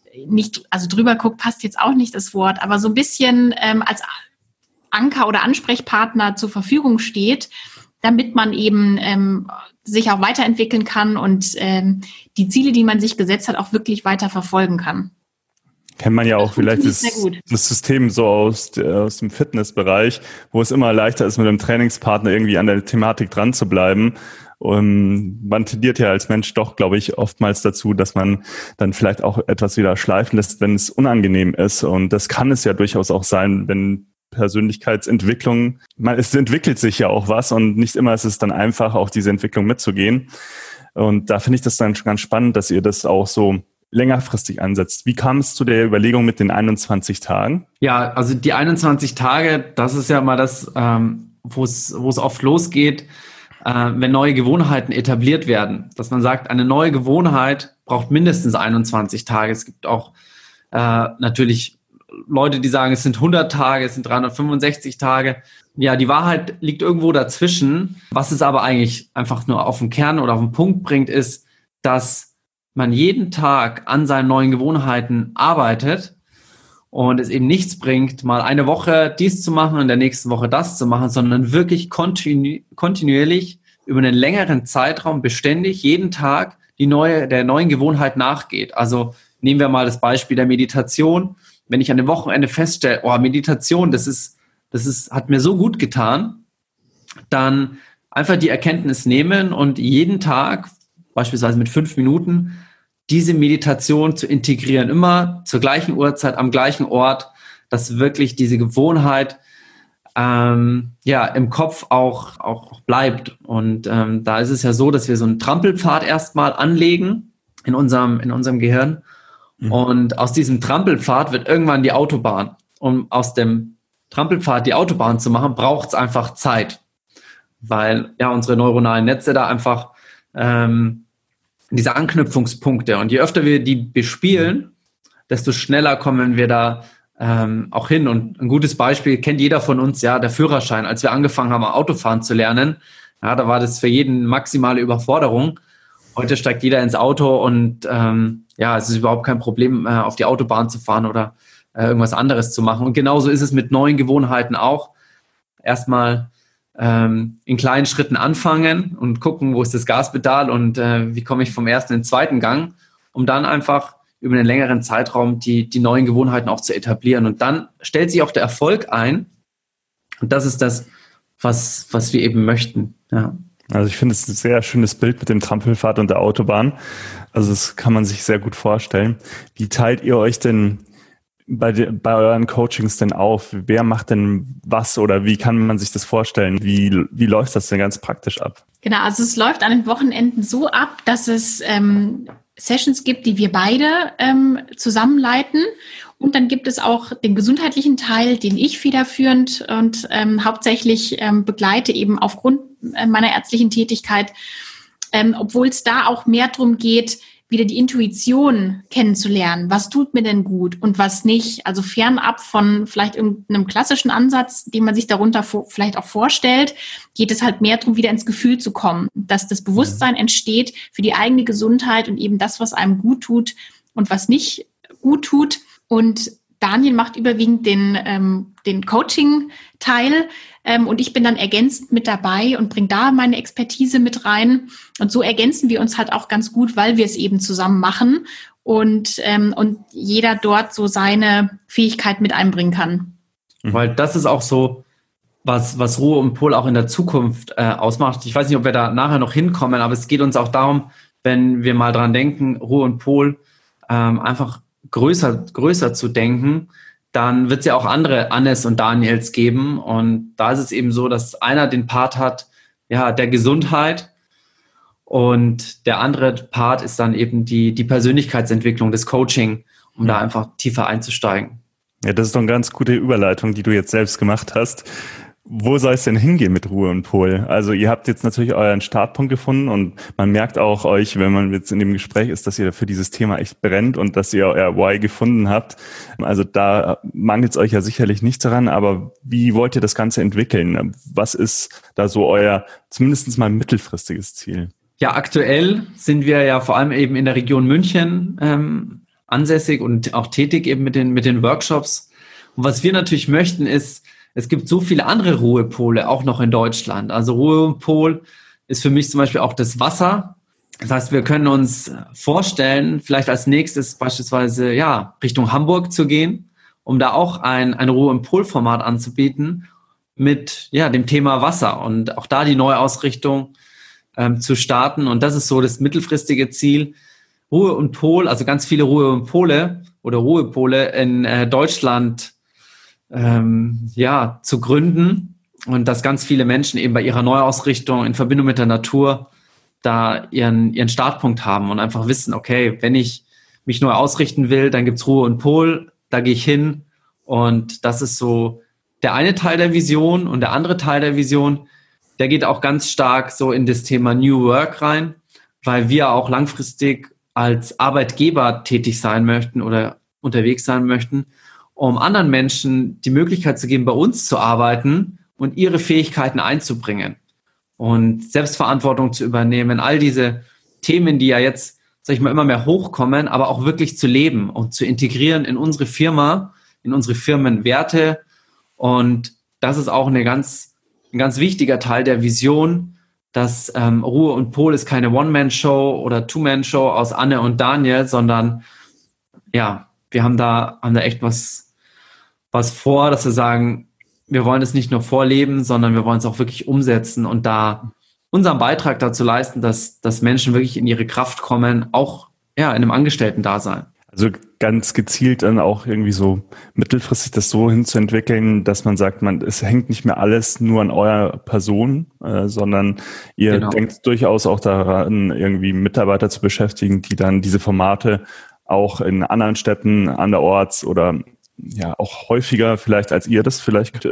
drüber guckt, passt jetzt auch nicht das Wort, aber so ein bisschen als Anker oder Ansprechpartner zur Verfügung steht, damit man eben sich auch weiterentwickeln kann und die Ziele, die man sich gesetzt hat, auch wirklich weiter verfolgen kann.
Kennt man ja auch vielleicht das System so aus dem Fitnessbereich, wo es immer leichter ist, mit einem Trainingspartner irgendwie an der Thematik dran zu bleiben. Und man tendiert ja als Mensch doch, glaube ich, oftmals dazu, dass man dann vielleicht auch etwas wieder schleifen lässt, wenn es unangenehm ist. Und das kann es ja durchaus auch sein, wenn Persönlichkeitsentwicklung, es entwickelt sich ja auch was und nicht immer ist es dann einfach, auch diese Entwicklung mitzugehen. Und da finde ich das dann schon ganz spannend, dass ihr das auch so längerfristig ansetzt. Wie kam es zu der Überlegung mit den 21 Tagen?
Ja, also die 21 Tage, das ist ja mal das, wo es oft losgeht, wenn neue Gewohnheiten etabliert werden. Dass man sagt, eine neue Gewohnheit braucht mindestens 21 Tage. Es gibt auch natürlich Leute, die sagen, es sind 100 Tage, es sind 365 Tage. Ja, die Wahrheit liegt irgendwo dazwischen. Was es aber eigentlich einfach nur auf den Kern oder auf den Punkt bringt, ist, dass man jeden Tag an seinen neuen Gewohnheiten arbeitet und es eben nichts bringt, mal eine Woche dies zu machen und in der nächsten Woche das zu machen, sondern wirklich kontinuierlich über einen längeren Zeitraum beständig jeden Tag der neuen Gewohnheit nachgeht. Also nehmen wir mal das Beispiel der Meditation. Wenn ich an dem Wochenende feststelle, Meditation, das ist hat mir so gut getan, dann einfach die Erkenntnis nehmen und jeden Tag, beispielsweise mit 5 Minuten, diese Meditation zu integrieren, immer zur gleichen Uhrzeit, am gleichen Ort, dass wirklich diese Gewohnheit im Kopf auch bleibt. Und da ist es ja so, dass wir so einen Trampelpfad erstmal anlegen in unserem Gehirn. Mhm. Und aus diesem Trampelpfad wird irgendwann die Autobahn. Um aus dem Trampelpfad die Autobahn zu machen, braucht es einfach Zeit. Weil ja unsere neuronalen Netze da einfach diese Anknüpfungspunkte. Und je öfter wir die bespielen, desto schneller kommen wir da auch hin. Und ein gutes Beispiel kennt jeder von uns, ja, der Führerschein. Als wir angefangen haben, Autofahren zu lernen, ja, da war das für jeden maximale Überforderung. Heute steigt jeder ins Auto und es ist überhaupt kein Problem, auf die Autobahn zu fahren oder irgendwas anderes zu machen. Und genauso ist es mit neuen Gewohnheiten auch. Erstmal in kleinen Schritten anfangen und gucken, wo ist das Gaspedal und wie komme ich vom ersten in den zweiten Gang, um dann einfach über einen längeren Zeitraum die neuen Gewohnheiten auch zu etablieren. Und dann stellt sich auch der Erfolg ein. Und das ist das, was wir eben möchten. Ja.
Also ich finde es ein sehr schönes Bild mit dem Trampelpfad und der Autobahn. Also das kann man sich sehr gut vorstellen. Wie teilt ihr euch denn bei euren Coachings denn auf? Wer macht denn was oder wie kann man sich das vorstellen? Wie läuft das denn ganz praktisch ab?
Genau, also es läuft an den Wochenenden so ab, dass es Sessions gibt, die wir beide zusammenleiten. Und dann gibt es auch den gesundheitlichen Teil, den ich federführend und hauptsächlich begleite, eben aufgrund meiner ärztlichen Tätigkeit, obwohl es da auch mehr darum geht, wieder die Intuition kennenzulernen. Was tut mir denn gut und was nicht? Also fernab von vielleicht irgendeinem klassischen Ansatz, den man sich darunter vielleicht auch vorstellt, geht es halt mehr darum, wieder ins Gefühl zu kommen, dass das Bewusstsein entsteht für die eigene Gesundheit und eben das, was einem gut tut und was nicht gut tut. Und Daniel macht überwiegend den Coaching-Teil und ich bin dann ergänzend mit dabei und bringe da meine Expertise mit rein. Und so ergänzen wir uns halt auch ganz gut, weil wir es eben zusammen machen und jeder dort so seine Fähigkeit mit einbringen kann.
Weil das ist auch so, was Ruhe und Pol auch in der Zukunft ausmacht. Ich weiß nicht, ob wir da nachher noch hinkommen, aber es geht uns auch darum, wenn wir mal dran denken, Ruhe und Pol einfach größer zu denken, dann wird es ja auch andere Annes und Daniels geben. Und da ist es eben so, dass einer den Part hat, ja, der Gesundheit und der andere Part ist dann eben die Persönlichkeitsentwicklung, das Coaching, um da einfach tiefer einzusteigen.
Ja, das ist doch eine ganz gute Überleitung, die du jetzt selbst gemacht hast. Wo soll es denn hingehen mit Ruhe und Pol? Also ihr habt jetzt natürlich euren Startpunkt gefunden und man merkt auch euch, wenn man jetzt in dem Gespräch ist, dass ihr für dieses Thema echt brennt und dass ihr euer Why gefunden habt. Also da mangelt es euch ja sicherlich nicht daran, aber wie wollt ihr das Ganze entwickeln? Was ist da so euer zumindest mal mittelfristiges Ziel?
Ja, aktuell sind wir ja vor allem eben in der Region München ansässig und auch tätig eben mit den Workshops. Und was wir natürlich möchten ist, es gibt so viele andere Ruhepole auch noch in Deutschland. Also Ruhepol ist für mich zum Beispiel auch das Wasser. Das heißt, wir können uns vorstellen, vielleicht als nächstes beispielsweise Richtung Hamburg zu gehen, um da auch ein Ruhe- und Pol-Format anzubieten mit dem Thema Wasser und auch da die Neuausrichtung zu starten. Und das ist so das mittelfristige Ziel. Ruhe und Pol, also ganz viele Ruhe und Pole oder Ruhepole in Deutschland zu gründen und dass ganz viele Menschen eben bei ihrer Neuausrichtung in Verbindung mit der Natur da ihren Startpunkt haben und einfach wissen, okay, wenn ich mich neu ausrichten will, dann gibt's Ruhe und Pol, da gehe ich hin und das ist so der eine Teil der Vision und der andere Teil der Vision, der geht auch ganz stark so in das Thema New Work rein, weil wir auch langfristig als Arbeitgeber tätig sein möchten oder unterwegs sein möchten, um anderen Menschen die Möglichkeit zu geben, bei uns zu arbeiten und ihre Fähigkeiten einzubringen und Selbstverantwortung zu übernehmen. All diese Themen, die ja jetzt, sag ich mal, immer mehr hochkommen, aber auch wirklich zu leben und zu integrieren in unsere Firma, in unsere Firmenwerte. Und das ist auch ein ganz wichtiger Teil der Vision, dass Ruhe und Pol ist keine One-Man-Show oder Two-Man-Show aus Anne und Daniel, sondern wir haben da echt was vor, dass wir sagen, wir wollen es nicht nur vorleben, sondern wir wollen es auch wirklich umsetzen und da unseren Beitrag dazu leisten, dass Menschen wirklich in ihre Kraft kommen, auch in einem Angestellten-Dasein.
Also ganz gezielt dann auch irgendwie so mittelfristig das so hinzuentwickeln, dass man sagt, es hängt nicht mehr alles nur an eurer Person, sondern ihr denkt durchaus auch daran, irgendwie Mitarbeiter zu beschäftigen, die dann diese Formate auch in anderen Städten anderorts oder auch häufiger vielleicht als ihr das vielleicht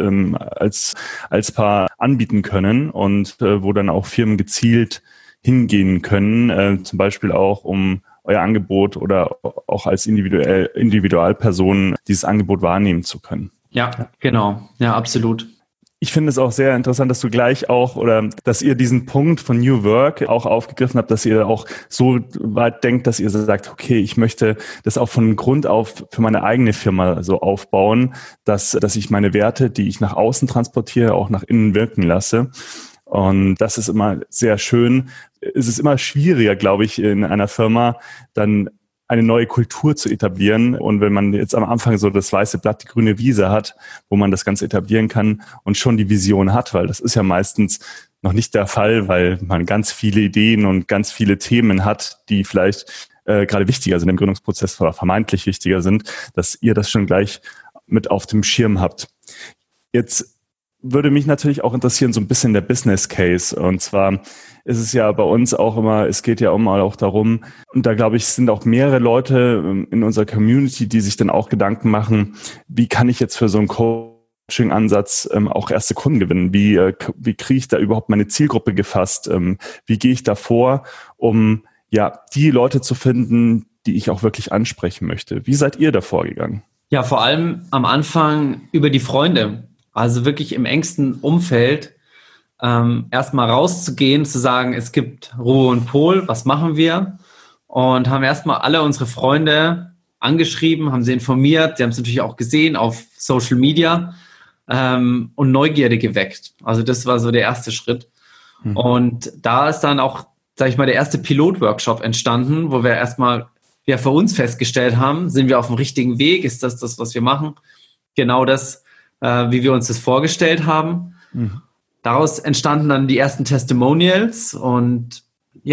als Paar anbieten können und wo dann auch Firmen gezielt hingehen können, zum Beispiel auch um euer Angebot oder auch als Individualperson dieses Angebot wahrnehmen zu können.
Ja, genau. Ja, absolut.
Ich finde es auch sehr interessant, dass du gleich auch oder dass ihr diesen Punkt von New Work auch aufgegriffen habt, dass ihr auch so weit denkt, dass ihr sagt, okay, ich möchte das auch von Grund auf für meine eigene Firma so aufbauen, dass ich meine Werte, die ich nach außen transportiere, auch nach innen wirken lasse. Und das ist immer sehr schön. Es ist immer schwieriger, glaube ich, in einer Firma dann eine neue Kultur zu etablieren. Und wenn man jetzt am Anfang so das weiße Blatt, die grüne Wiese hat, wo man das Ganze etablieren kann und schon die Vision hat, weil das ist ja meistens noch nicht der Fall, weil man ganz viele Ideen und ganz viele Themen hat, die vielleicht gerade wichtiger sind im Gründungsprozess oder vermeintlich wichtiger sind, dass ihr das schon gleich mit auf dem Schirm habt. Jetzt würde mich natürlich auch interessieren, so ein bisschen der Business Case. Und zwar ist es ja bei uns auch immer, es geht ja auch darum, und da glaube ich, sind auch mehrere Leute in unserer Community, die sich dann auch Gedanken machen, wie kann ich jetzt für so einen Coaching-Ansatz auch erste Kunden gewinnen? Wie kriege ich da überhaupt meine Zielgruppe gefasst? Wie gehe ich da vor, um die Leute zu finden, die ich auch wirklich ansprechen möchte? Wie seid ihr da vorgegangen?
Ja, vor allem am Anfang über die Freunde. Also wirklich im engsten Umfeld erstmal rauszugehen, zu sagen, es gibt Ruhe und Pol, was machen wir? Und haben erstmal alle unsere Freunde angeschrieben, haben sie informiert, sie haben es natürlich auch gesehen auf Social Media und Neugierde geweckt. Also das war so der erste Schritt. Mhm. Und da ist dann auch, sage ich mal, der erste Pilotworkshop entstanden, wo wir erstmal für uns festgestellt haben, sind wir auf dem richtigen Weg? Ist das, was wir machen? Genau das, wie wir uns das vorgestellt haben. Mhm. Daraus entstanden dann die ersten Testimonials und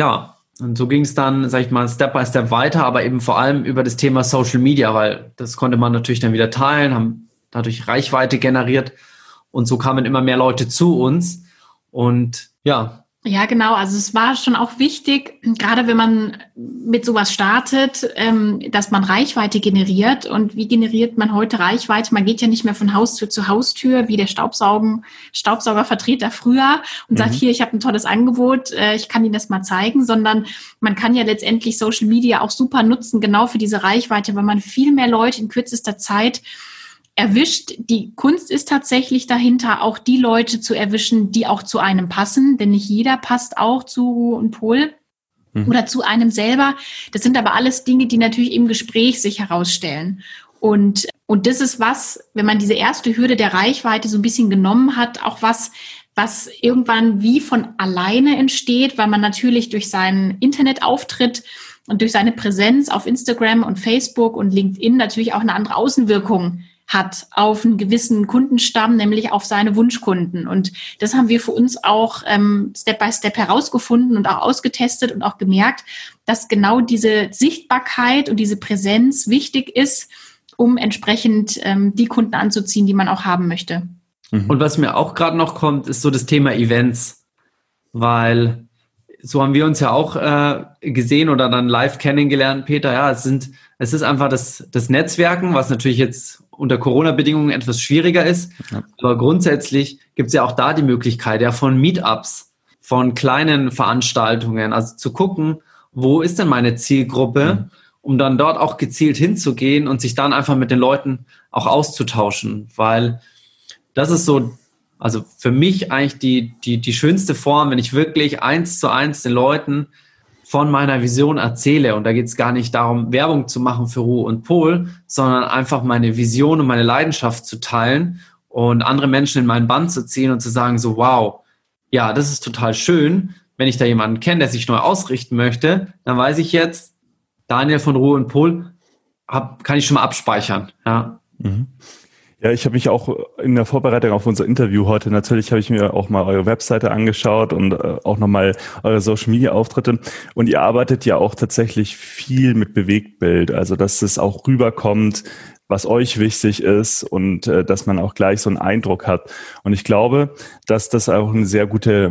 und so ging es dann, sag ich mal, Step by Step weiter, aber eben vor allem über das Thema Social Media, weil das konnte man natürlich dann wieder teilen, haben dadurch Reichweite generiert und so kamen immer mehr Leute zu uns und
Ja, genau. Also es war schon auch wichtig, gerade wenn man mit sowas startet, dass man Reichweite generiert. Und wie generiert man heute Reichweite? Man geht ja nicht mehr von Haustür zu Haustür, wie der Staubsaugervertreter früher und sagt, hier, ich habe ein tolles Angebot, ich kann Ihnen das mal zeigen, sondern man kann ja letztendlich Social Media auch super nutzen, genau für diese Reichweite, weil man viel mehr Leute in kürzester Zeit erwischt. Die Kunst ist tatsächlich dahinter, auch die Leute zu erwischen, die auch zu einem passen, denn nicht jeder passt auch zu Ruhe und Pol oder zu einem selber. Das sind aber alles Dinge, die natürlich im Gespräch sich herausstellen. Und das ist was, wenn man diese erste Hürde der Reichweite so ein bisschen genommen hat, auch was irgendwann wie von alleine entsteht, weil man natürlich durch seinen Internetauftritt und durch seine Präsenz auf Instagram und Facebook und LinkedIn natürlich auch eine andere Außenwirkung hat auf einen gewissen Kundenstamm, nämlich auf seine Wunschkunden. Und das haben wir für uns auch Step by Step herausgefunden und auch ausgetestet und auch gemerkt, dass genau diese Sichtbarkeit und diese Präsenz wichtig ist, um entsprechend die Kunden anzuziehen, die man auch haben möchte.
Und was mir auch gerade noch kommt, ist so das Thema Events, weil so haben wir uns ja auch gesehen oder dann live kennengelernt, Peter. Ja, es ist einfach das Netzwerken, was natürlich jetzt unter Corona-Bedingungen etwas schwieriger ist. Ja. Aber grundsätzlich gibt es ja auch da die Möglichkeit, von Meetups, von kleinen Veranstaltungen, also zu gucken, wo ist denn meine Zielgruppe, um dann dort auch gezielt hinzugehen und sich dann einfach mit den Leuten auch auszutauschen. Weil das ist so, also für mich eigentlich die schönste Form, wenn ich wirklich 1:1 den Leuten von meiner Vision erzähle. Und da geht es gar nicht darum, Werbung zu machen für Ruhe und Pol, sondern einfach meine Vision und meine Leidenschaft zu teilen und andere Menschen in meinen Bann zu ziehen und zu sagen so, wow, ja, das ist total schön. Wenn ich da jemanden kenne, der sich neu ausrichten möchte, dann weiß ich jetzt, Daniel von Ruhe und Pol kann ich schon mal abspeichern. Ja.
Ja, ich habe mich auch in der Vorbereitung auf unser Interview heute, natürlich habe ich mir auch mal eure Webseite angeschaut und auch nochmal eure Social-Media-Auftritte. Und ihr arbeitet ja auch tatsächlich viel mit Bewegtbild, also dass es auch rüberkommt, was euch wichtig ist und dass man auch gleich so einen Eindruck hat. Und ich glaube, dass das auch eine sehr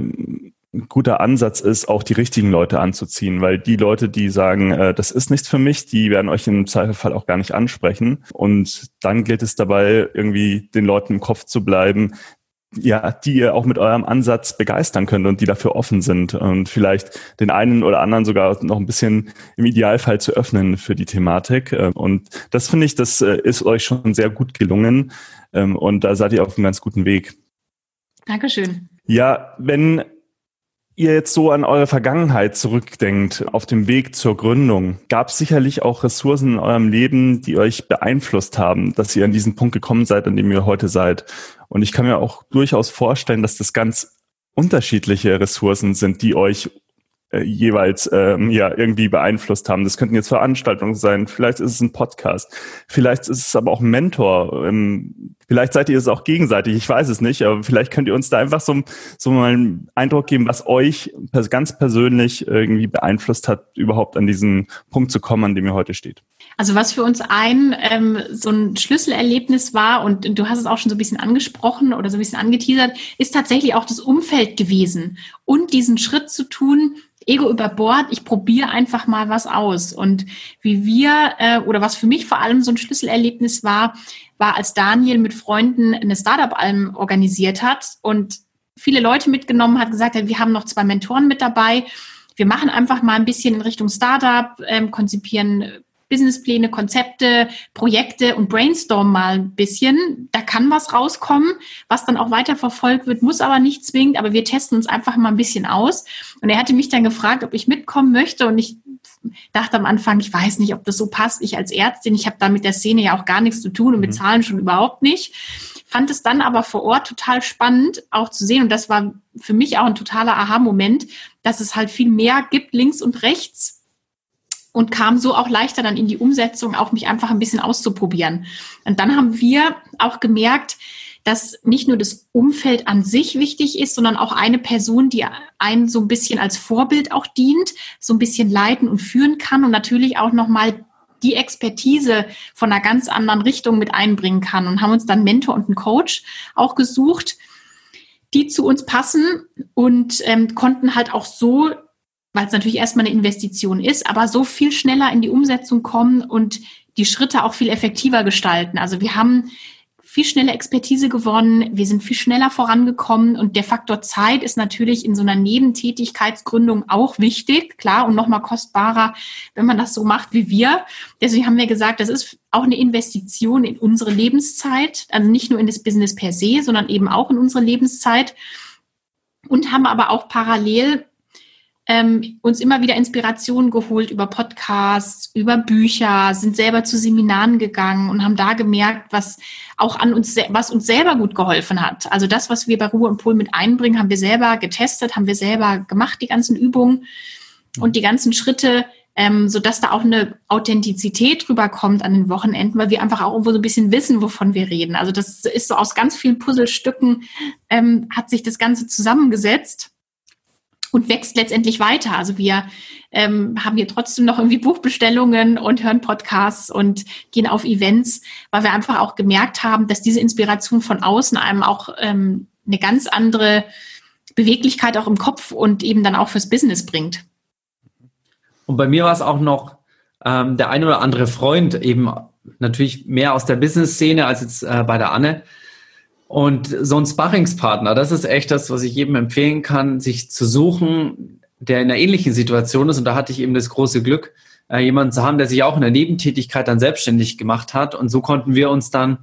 guter Ansatz ist, auch die richtigen Leute anzuziehen, weil die Leute, die sagen, das ist nichts für mich, die werden euch im Zweifelsfall auch gar nicht ansprechen. Und dann gilt es dabei, irgendwie den Leuten im Kopf zu bleiben, ja, die ihr auch mit eurem Ansatz begeistern könnt und die dafür offen sind und vielleicht den einen oder anderen sogar noch ein bisschen im Idealfall zu öffnen für die Thematik. Und das finde ich, das ist euch schon sehr gut gelungen und da seid ihr auf einem ganz guten Weg.
Dankeschön.
Ja, wenn ihr jetzt so an eure Vergangenheit zurückdenkt, auf dem Weg zur Gründung, gab es sicherlich auch Ressourcen in eurem Leben, die euch beeinflusst haben, dass ihr an diesen Punkt gekommen seid, an dem ihr heute seid. Und ich kann mir auch durchaus vorstellen, dass das ganz unterschiedliche Ressourcen sind, die euch jeweils irgendwie beeinflusst haben. Das könnten jetzt Veranstaltungen sein, vielleicht ist es ein Podcast, vielleicht ist es aber auch ein Mentor, vielleicht seid ihr es auch gegenseitig, ich weiß es nicht, aber vielleicht könnt ihr uns da einfach so mal einen Eindruck geben, was euch ganz persönlich irgendwie beeinflusst hat, überhaupt an diesen Punkt zu kommen, an dem ihr heute steht.
Also was für uns so ein Schlüsselerlebnis war, und du hast es auch schon so ein bisschen angesprochen oder so ein bisschen angeteasert, ist tatsächlich auch das Umfeld gewesen und diesen Schritt zu tun, Ego über Bord, ich probiere einfach mal was aus. Und oder was für mich vor allem so ein Schlüsselerlebnis war, als Daniel mit Freunden eine Startup-Alm organisiert hat und viele Leute mitgenommen hat, gesagt hat, wir haben noch 2 Mentoren mit dabei, wir machen einfach mal ein bisschen in Richtung Startup, konzipieren Businesspläne, Konzepte, Projekte und brainstormen mal ein bisschen. Da kann was rauskommen, was dann auch weiter verfolgt wird, muss aber nicht zwingend, aber wir testen uns einfach mal ein bisschen aus. Und er hatte mich dann gefragt, ob ich mitkommen möchte, und ich dachte am Anfang, ich weiß nicht, ob das so passt. Ich als Ärztin, ich habe da mit der Szene ja auch gar nichts zu tun und mit Zahlen schon überhaupt nicht. Fand es dann aber vor Ort total spannend auch zu sehen, und das war für mich auch ein totaler Aha-Moment, dass es halt viel mehr gibt, links und rechts, und kam so auch leichter dann in die Umsetzung, auch mich einfach ein bisschen auszuprobieren. Und dann haben wir auch gemerkt, dass nicht nur das Umfeld an sich wichtig ist, sondern auch eine Person, die einen so ein bisschen als Vorbild auch dient, so ein bisschen leiten und führen kann und natürlich auch nochmal die Expertise von einer ganz anderen Richtung mit einbringen kann, und haben uns dann Mentor und einen Coach auch gesucht, die zu uns passen, und konnten halt auch so, weil es natürlich erstmal eine Investition ist, aber so viel schneller in die Umsetzung kommen und die Schritte auch viel effektiver gestalten. Also wir haben viel schneller Expertise gewonnen, wir sind viel schneller vorangekommen, und der Faktor Zeit ist natürlich in so einer Nebentätigkeitsgründung auch wichtig, klar, und nochmal kostbarer, wenn man das so macht wie wir. Deswegen haben wir gesagt, das ist auch eine Investition in unsere Lebenszeit, also nicht nur in das Business per se, sondern eben auch in unsere Lebenszeit, und haben aber auch parallel uns immer wieder Inspirationen geholt über Podcasts, über Bücher, sind selber zu Seminaren gegangen und haben da gemerkt, was uns selber gut geholfen hat. Also das, was wir bei Ruhe und Pol mit einbringen, haben wir selber getestet, haben wir selber gemacht, die ganzen Übungen und die ganzen Schritte, sodass da auch eine Authentizität rüberkommt an den Wochenenden, weil wir einfach auch irgendwo so ein bisschen wissen, wovon wir reden. Also das ist so aus ganz vielen Puzzlestücken hat sich das Ganze zusammengesetzt und wächst letztendlich weiter. Also wir haben hier trotzdem noch irgendwie Buchbestellungen und hören Podcasts und gehen auf Events, weil wir einfach auch gemerkt haben, dass diese Inspiration von außen einem auch eine ganz andere Beweglichkeit auch im Kopf und eben dann auch fürs Business bringt.
Und bei mir war es auch noch der ein oder andere Freund, eben natürlich mehr aus der Business-Szene als jetzt bei der Anne. Und so ein Sparringspartner, das ist echt das, was ich jedem empfehlen kann, sich zu suchen, der in einer ähnlichen Situation ist. Und da hatte ich eben das große Glück, jemanden zu haben, der sich auch in der Nebentätigkeit dann selbstständig gemacht hat. Und so konnten wir uns dann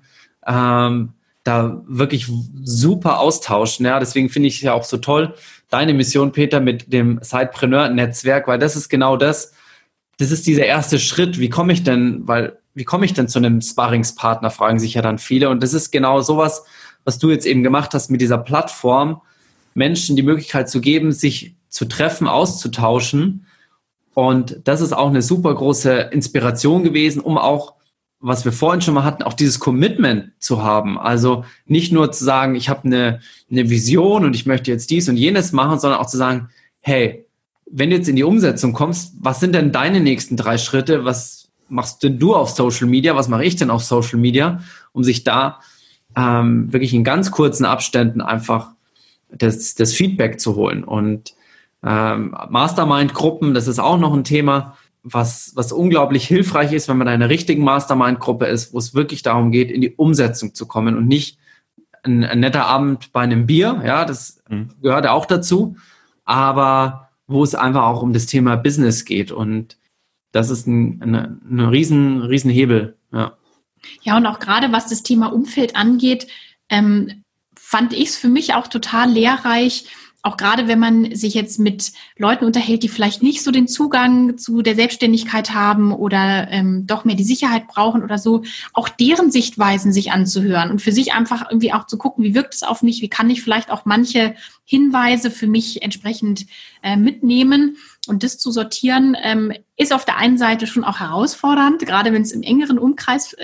da wirklich super austauschen. Ja, deswegen finde ich es ja auch so toll, deine Mission, Peter, mit dem Sidepreneur-Netzwerk, weil das ist genau das. Das ist dieser erste Schritt. Wie komme ich denn zu einem Sparringspartner, fragen sich ja dann viele. Und das ist genau sowas, was du jetzt eben gemacht hast mit dieser Plattform, Menschen die Möglichkeit zu geben, sich zu treffen, auszutauschen. Und das ist auch eine super große Inspiration gewesen, um auch was wir vorhin schon mal hatten, auch dieses Commitment zu haben. Also nicht nur zu sagen, ich habe eine Vision und ich möchte jetzt dies und jenes machen, sondern auch zu sagen, hey, wenn du jetzt in die Umsetzung kommst, was sind denn deine nächsten 3 Schritte? Was machst denn du auf Social Media? Was mache ich denn auf Social Media? Um sich da wirklich in ganz kurzen Abständen einfach das Feedback zu holen. Und Mastermind-Gruppen, das ist auch noch ein Thema, was unglaublich hilfreich ist, wenn man in einer richtigen Mastermind-Gruppe ist, wo es wirklich darum geht, in die Umsetzung zu kommen und nicht ein netter Abend bei einem Bier, ja, das gehört auch dazu, aber wo es einfach auch um das Thema Business geht, und das ist ein riesen Hebel, ja.
Ja, und auch gerade was das Thema Umfeld angeht, fand ich es für mich auch total lehrreich, auch gerade wenn man sich jetzt mit Leuten unterhält, die vielleicht nicht so den Zugang zu der Selbstständigkeit haben oder doch mehr die Sicherheit brauchen oder so, auch deren Sichtweisen sich anzuhören und für sich einfach irgendwie auch zu gucken, wie wirkt es auf mich, wie kann ich vielleicht auch manche Hinweise für mich entsprechend mitnehmen. Und das zu sortieren, ist auf der einen Seite schon auch herausfordernd, gerade wenn es im engeren Umkreis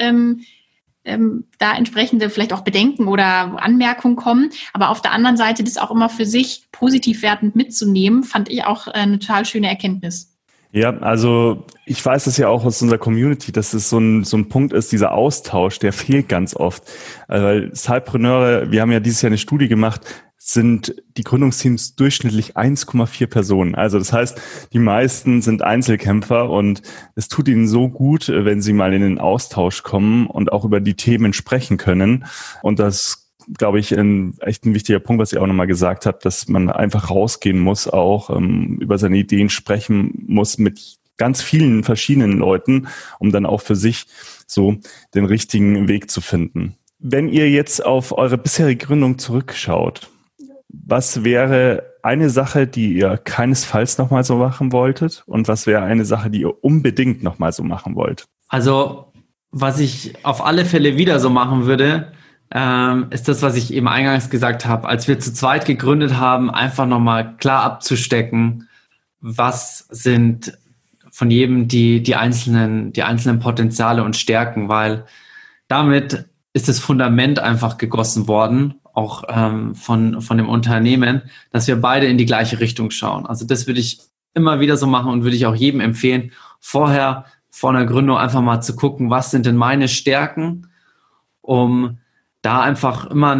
da entsprechende vielleicht auch Bedenken oder Anmerkungen kommen. Aber auf der anderen Seite das auch immer für sich positiv wertend mitzunehmen, fand ich auch eine total schöne Erkenntnis.
Ja, also ich weiß es ja auch aus unserer Community, dass es so ein Punkt ist, dieser Austausch, der fehlt ganz oft. Weil Sidepreneure, wir haben ja dieses Jahr eine Studie gemacht, sind die Gründungsteams durchschnittlich 1,4 Personen. Also das heißt, die meisten sind Einzelkämpfer und es tut ihnen so gut, wenn sie mal in den Austausch kommen und auch über die Themen sprechen können. Und das, glaube ich, echt ein wichtiger Punkt, was ihr auch nochmal gesagt habt, dass man einfach rausgehen muss, auch über seine Ideen sprechen muss mit ganz vielen verschiedenen Leuten, um dann auch für sich so den richtigen Weg zu finden. Wenn ihr jetzt auf eure bisherige Gründung zurückschaut, was wäre eine Sache, die ihr keinesfalls nochmal so machen wolltet? Und was wäre eine Sache, die ihr unbedingt nochmal so machen wollt?
Also, was ich auf alle Fälle wieder so machen würde, ist das, was ich eben eingangs gesagt habe. Als wir zu zweit gegründet haben, einfach nochmal klar abzustecken, was sind von jedem die einzelnen Potenziale und Stärken, weil damit ist das Fundament einfach gegossen worden, auch von dem Unternehmen, dass wir beide in die gleiche Richtung schauen. Also das würde ich immer wieder so machen und würde ich auch jedem empfehlen, vorher vor einer Gründung einfach mal zu gucken, was sind denn meine Stärken, um da einfach immer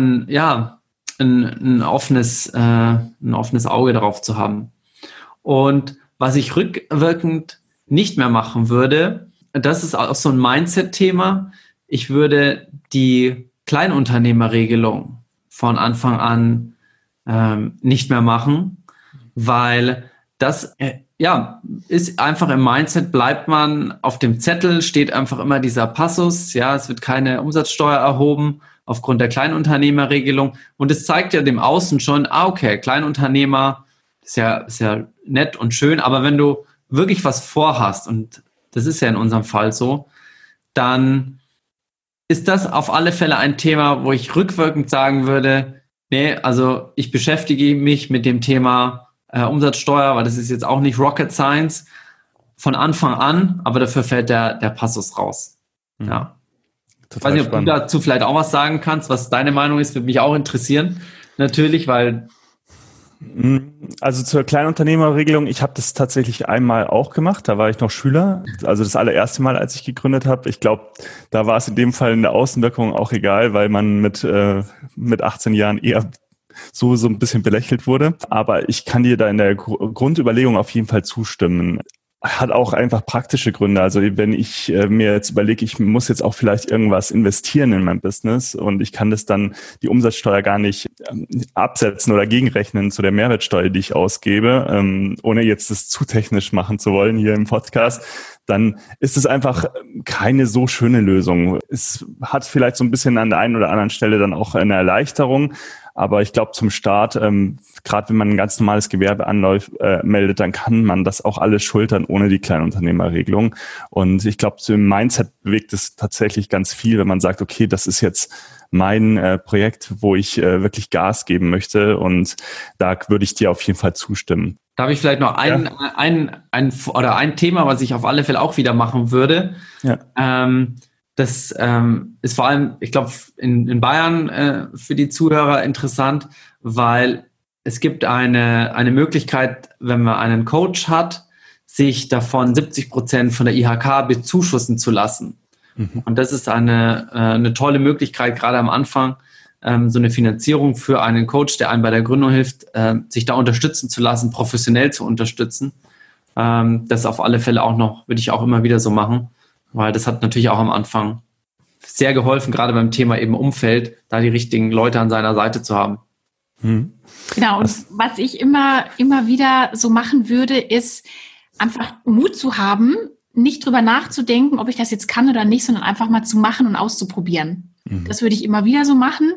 ein offenes Auge drauf zu haben. Und was ich rückwirkend nicht mehr machen würde, das ist auch so ein Mindset-Thema. Ich würde die Kleinunternehmerregelung von Anfang an nicht mehr machen, weil das ist einfach im Mindset, bleibt man auf dem Zettel, steht einfach immer dieser Passus, ja, es wird keine Umsatzsteuer erhoben aufgrund der Kleinunternehmerregelung, und es zeigt ja dem Außen schon, okay, Kleinunternehmer ist ja nett und schön, aber wenn du wirklich was vorhast, und das ist ja in unserem Fall so, dann ist das auf alle Fälle ein Thema, wo ich rückwirkend sagen würde, nee, also ich beschäftige mich mit dem Thema Umsatzsteuer, weil das ist jetzt auch nicht Rocket Science von Anfang an, aber dafür fällt der Passus raus. Ja.
Total
weiß nicht, ob
spannend.
du dazu vielleicht auch was sagen kannst, was deine Meinung ist, würde mich auch interessieren. Natürlich, weil...
Also zur Kleinunternehmerregelung, ich habe das tatsächlich einmal auch gemacht, da war ich noch Schüler, also das allererste Mal, als ich gegründet habe. Ich glaube, da war es in dem Fall in der Außenwirkung auch egal, weil man mit 18 Jahren eher so ein bisschen belächelt wurde. Aber ich kann dir da in der Grundüberlegung auf jeden Fall zustimmen. Hat auch einfach praktische Gründe. Also wenn ich mir jetzt überlege, ich muss jetzt auch vielleicht irgendwas investieren in mein Business und ich kann das dann die Umsatzsteuer gar nicht absetzen oder gegenrechnen zu der Mehrwertsteuer, die ich ausgebe, ohne jetzt das zu technisch machen zu wollen hier im Podcast, dann ist es einfach keine so schöne Lösung. Es hat vielleicht so ein bisschen an der einen oder anderen Stelle dann auch eine Erleichterung, aber ich glaube zum Start, gerade wenn man ein ganz normales Gewerbe meldet, dann kann man das auch alles schultern ohne die Kleinunternehmerregelung. Und ich glaube, so im Mindset bewegt es tatsächlich ganz viel, wenn man sagt, okay, das ist jetzt mein Projekt, wo ich wirklich Gas geben möchte. Und da würde ich dir auf jeden Fall zustimmen.
Darf ich vielleicht noch ein Thema, was ich auf alle Fälle auch wieder machen würde?
Ja.
das ist vor allem, ich glaube, in Bayern für die Zuhörer interessant, weil es gibt eine Möglichkeit, wenn man einen Coach hat, sich davon 70% von der IHK bezuschussen zu lassen. Und das ist eine tolle Möglichkeit, gerade am Anfang, so eine Finanzierung für einen Coach, der einem bei der Gründung hilft, sich da unterstützen zu lassen, professionell zu unterstützen. Das auf alle Fälle auch noch, würde ich auch immer wieder so machen, weil das hat natürlich auch am Anfang sehr geholfen, gerade beim Thema eben Umfeld, da die richtigen Leute an seiner Seite zu haben.
Genau, und was ich immer wieder so machen würde, ist einfach Mut zu haben, nicht drüber nachzudenken, ob ich das jetzt kann oder nicht, sondern einfach mal zu machen und auszuprobieren. Das würde ich immer wieder so machen.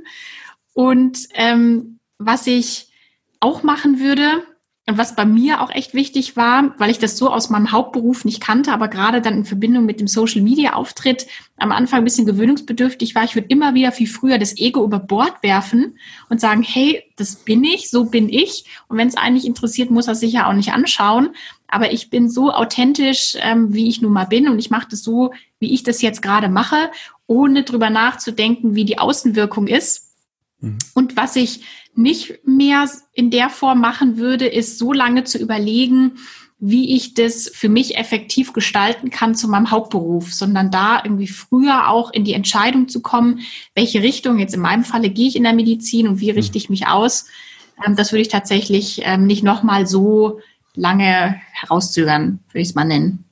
Und was ich auch machen würde und was bei mir auch echt wichtig war, weil ich das so aus meinem Hauptberuf nicht kannte, aber gerade dann in Verbindung mit dem Social-Media-Auftritt am Anfang ein bisschen gewöhnungsbedürftig war, ich würde immer wieder viel früher das Ego über Bord werfen und sagen, hey, das bin ich, so bin ich. Und wenn es einen nicht interessiert, muss er sich ja auch nicht anschauen. Aber ich bin so authentisch, wie ich nun mal bin, und ich mache das so, wie ich das jetzt gerade mache, ohne drüber nachzudenken, wie die Außenwirkung ist. Und was ich nicht mehr in der Form machen würde, ist so lange zu überlegen, wie ich das für mich effektiv gestalten kann zu meinem Hauptberuf, sondern da irgendwie früher auch in die Entscheidung zu kommen, welche Richtung, jetzt in meinem Falle gehe ich in der Medizin und wie richte ich mich aus. Das würde ich tatsächlich nicht nochmal so lange herauszögern, würde ich es mal nennen.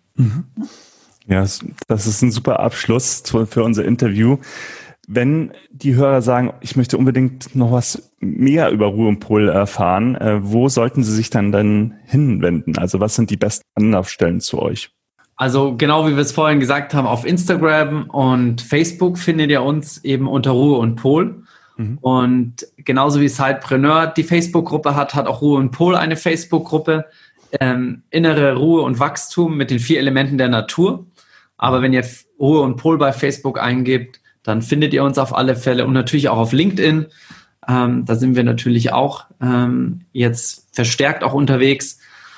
Ja, das ist ein super Abschluss für unser Interview. Wenn die Hörer sagen, ich möchte unbedingt noch was mehr über Ruhe und Pol erfahren, wo sollten sie sich dann hinwenden? Also was sind die besten Anlaufstellen zu euch?
Also genau wie wir es vorhin gesagt haben, auf Instagram und Facebook findet ihr uns eben unter Ruhe und Pol. Und genauso wie Sidepreneur die Facebook-Gruppe hat auch Ruhe und Pol eine Facebook-Gruppe. Innere Ruhe und Wachstum mit den 4 Elementen der Natur. Aber wenn ihr Ruhe und Pol bei Facebook eingebt, dann findet ihr uns auf alle Fälle, und natürlich auch auf LinkedIn. Da sind wir natürlich auch jetzt verstärkt auch unterwegs.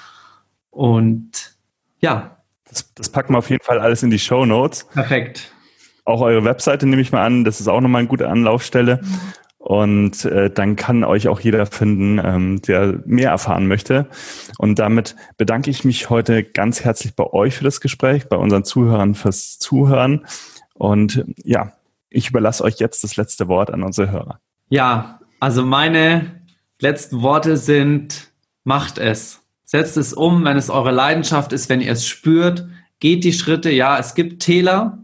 Und ja.
Das packen wir auf jeden Fall alles in die Shownotes.
Perfekt.
Auch eure Webseite nehme ich mal an. Das ist auch nochmal eine gute Anlaufstelle. Und dann kann euch auch jeder finden, der mehr erfahren möchte. Und damit bedanke ich mich heute ganz herzlich bei euch für das Gespräch, bei unseren Zuhörern fürs Zuhören. Und ja, ich überlasse euch jetzt das letzte Wort an unsere Hörer.
Ja, also meine letzten Worte sind, macht es. Setzt es um, wenn es eure Leidenschaft ist, wenn ihr es spürt. Geht die Schritte. Ja, es gibt Täler,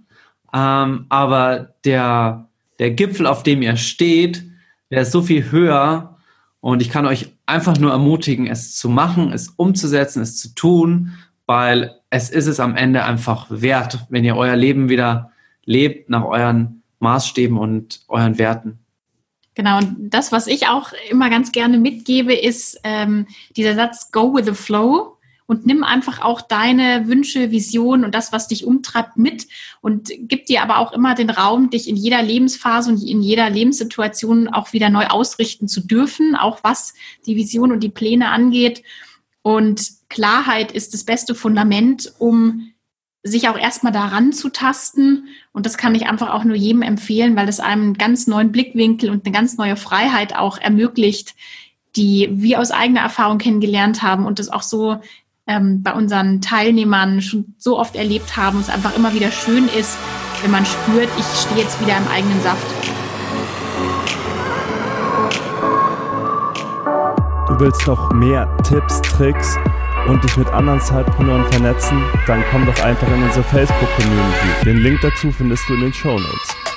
aber der Gipfel, auf dem ihr steht, der ist so viel höher, und ich kann euch einfach nur ermutigen, es zu machen, es umzusetzen, es zu tun, weil es ist es am Ende einfach wert, wenn ihr euer Leben wieder lebt nach euren Maßstäben und euren Werten.
Genau, und das, was ich auch immer ganz gerne mitgebe, ist dieser Satz, go with the flow. Und nimm einfach auch deine Wünsche, Visionen und das, was dich umtreibt, mit, und gib dir aber auch immer den Raum, dich in jeder Lebensphase und in jeder Lebenssituation auch wieder neu ausrichten zu dürfen, auch was die Vision und die Pläne angeht. Und Klarheit ist das beste Fundament, um sich auch erstmal daran zu tasten. Und das kann ich einfach auch nur jedem empfehlen, weil das einem einen ganz neuen Blickwinkel und eine ganz neue Freiheit auch ermöglicht, die wir aus eigener Erfahrung kennengelernt haben und das auch so bei unseren Teilnehmern schon so oft erlebt haben, es einfach immer wieder schön ist, wenn man spürt, ich stehe jetzt wieder im eigenen Saft.
Du willst noch mehr Tipps, Tricks und dich mit anderen Sidepreneuren vernetzen? Dann komm doch einfach in unsere Facebook-Community. Den Link dazu findest du in den Shownotes.